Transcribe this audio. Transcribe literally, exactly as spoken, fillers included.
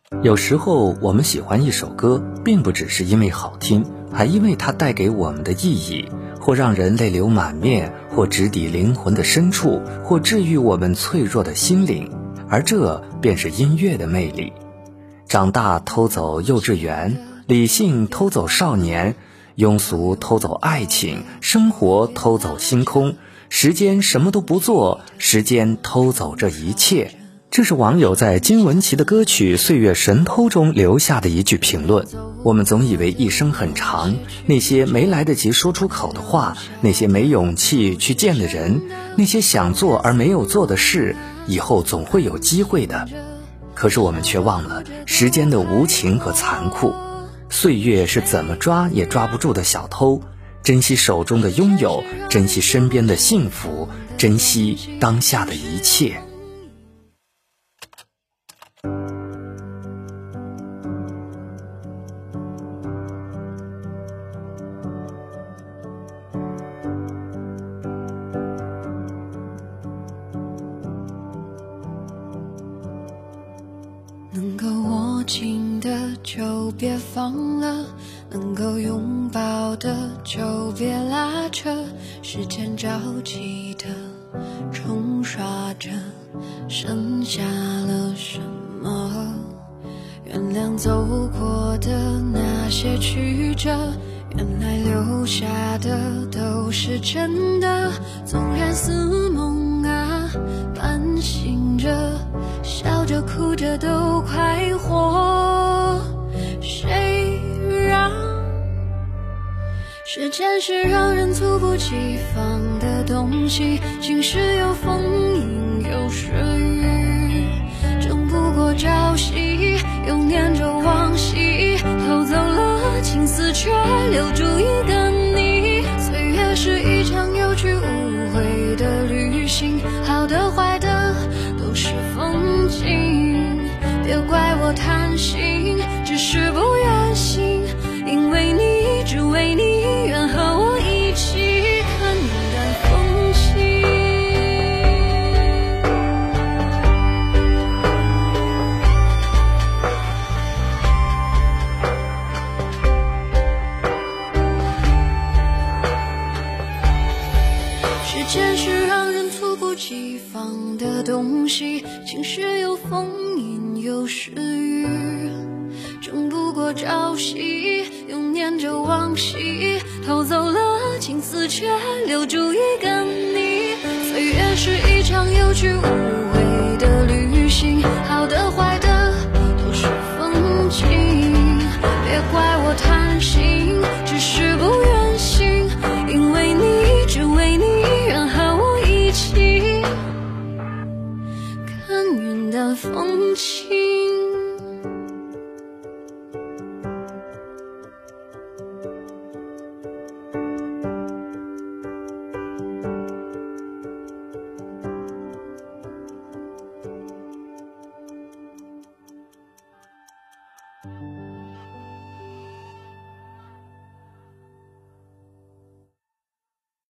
有时候我们喜欢一首歌，并不只是因为好听，还因为它带给我们的意义，或让人泪流满面，或直抵灵魂的深处，或治愈我们脆弱的心灵，而这便是音乐的魅力。长大偷走幼稚园，理性偷走少年，庸俗偷走爱情，生活偷走星空，时间什么都不做，时间偷走这一切。这是网友在金玟岐的歌曲《岁月神偷》中留下的一句评论。我们总以为一生很长，那些没来得及说出口的话，那些没勇气去见的人，那些想做而没有做的事，以后总会有机会的。可是我们却忘了时间的无情和残酷，岁月是怎么抓也抓不住的小偷。珍惜手中的拥有，珍惜身边的幸福，珍惜当下的一切。 能够握紧的就别放了，能够拥抱的就别拉扯，时间着急的冲刷着，剩下了什么？原谅走过的那些曲折，原来留下的都是真的，纵然似梦啊，半醒着，笑着哭着都快活。谁让时间是让人猝不及防的东西，晴时有风阴有时雨，争不过朝夕，又念着往昔，偷走了青丝却留住一个你。岁月是一场有去无回的旅行，好的坏的都是风景，别怪我贪心，只是不愿醒，因为你，只为你，愿和我一起看淡风轻。时间是让人猝不及防的东西，晴时有风阴有时雨，争不过朝夕，又念着往昔，偷走了青丝却留住一个你。岁月是一场有去无回的旅行，好的坏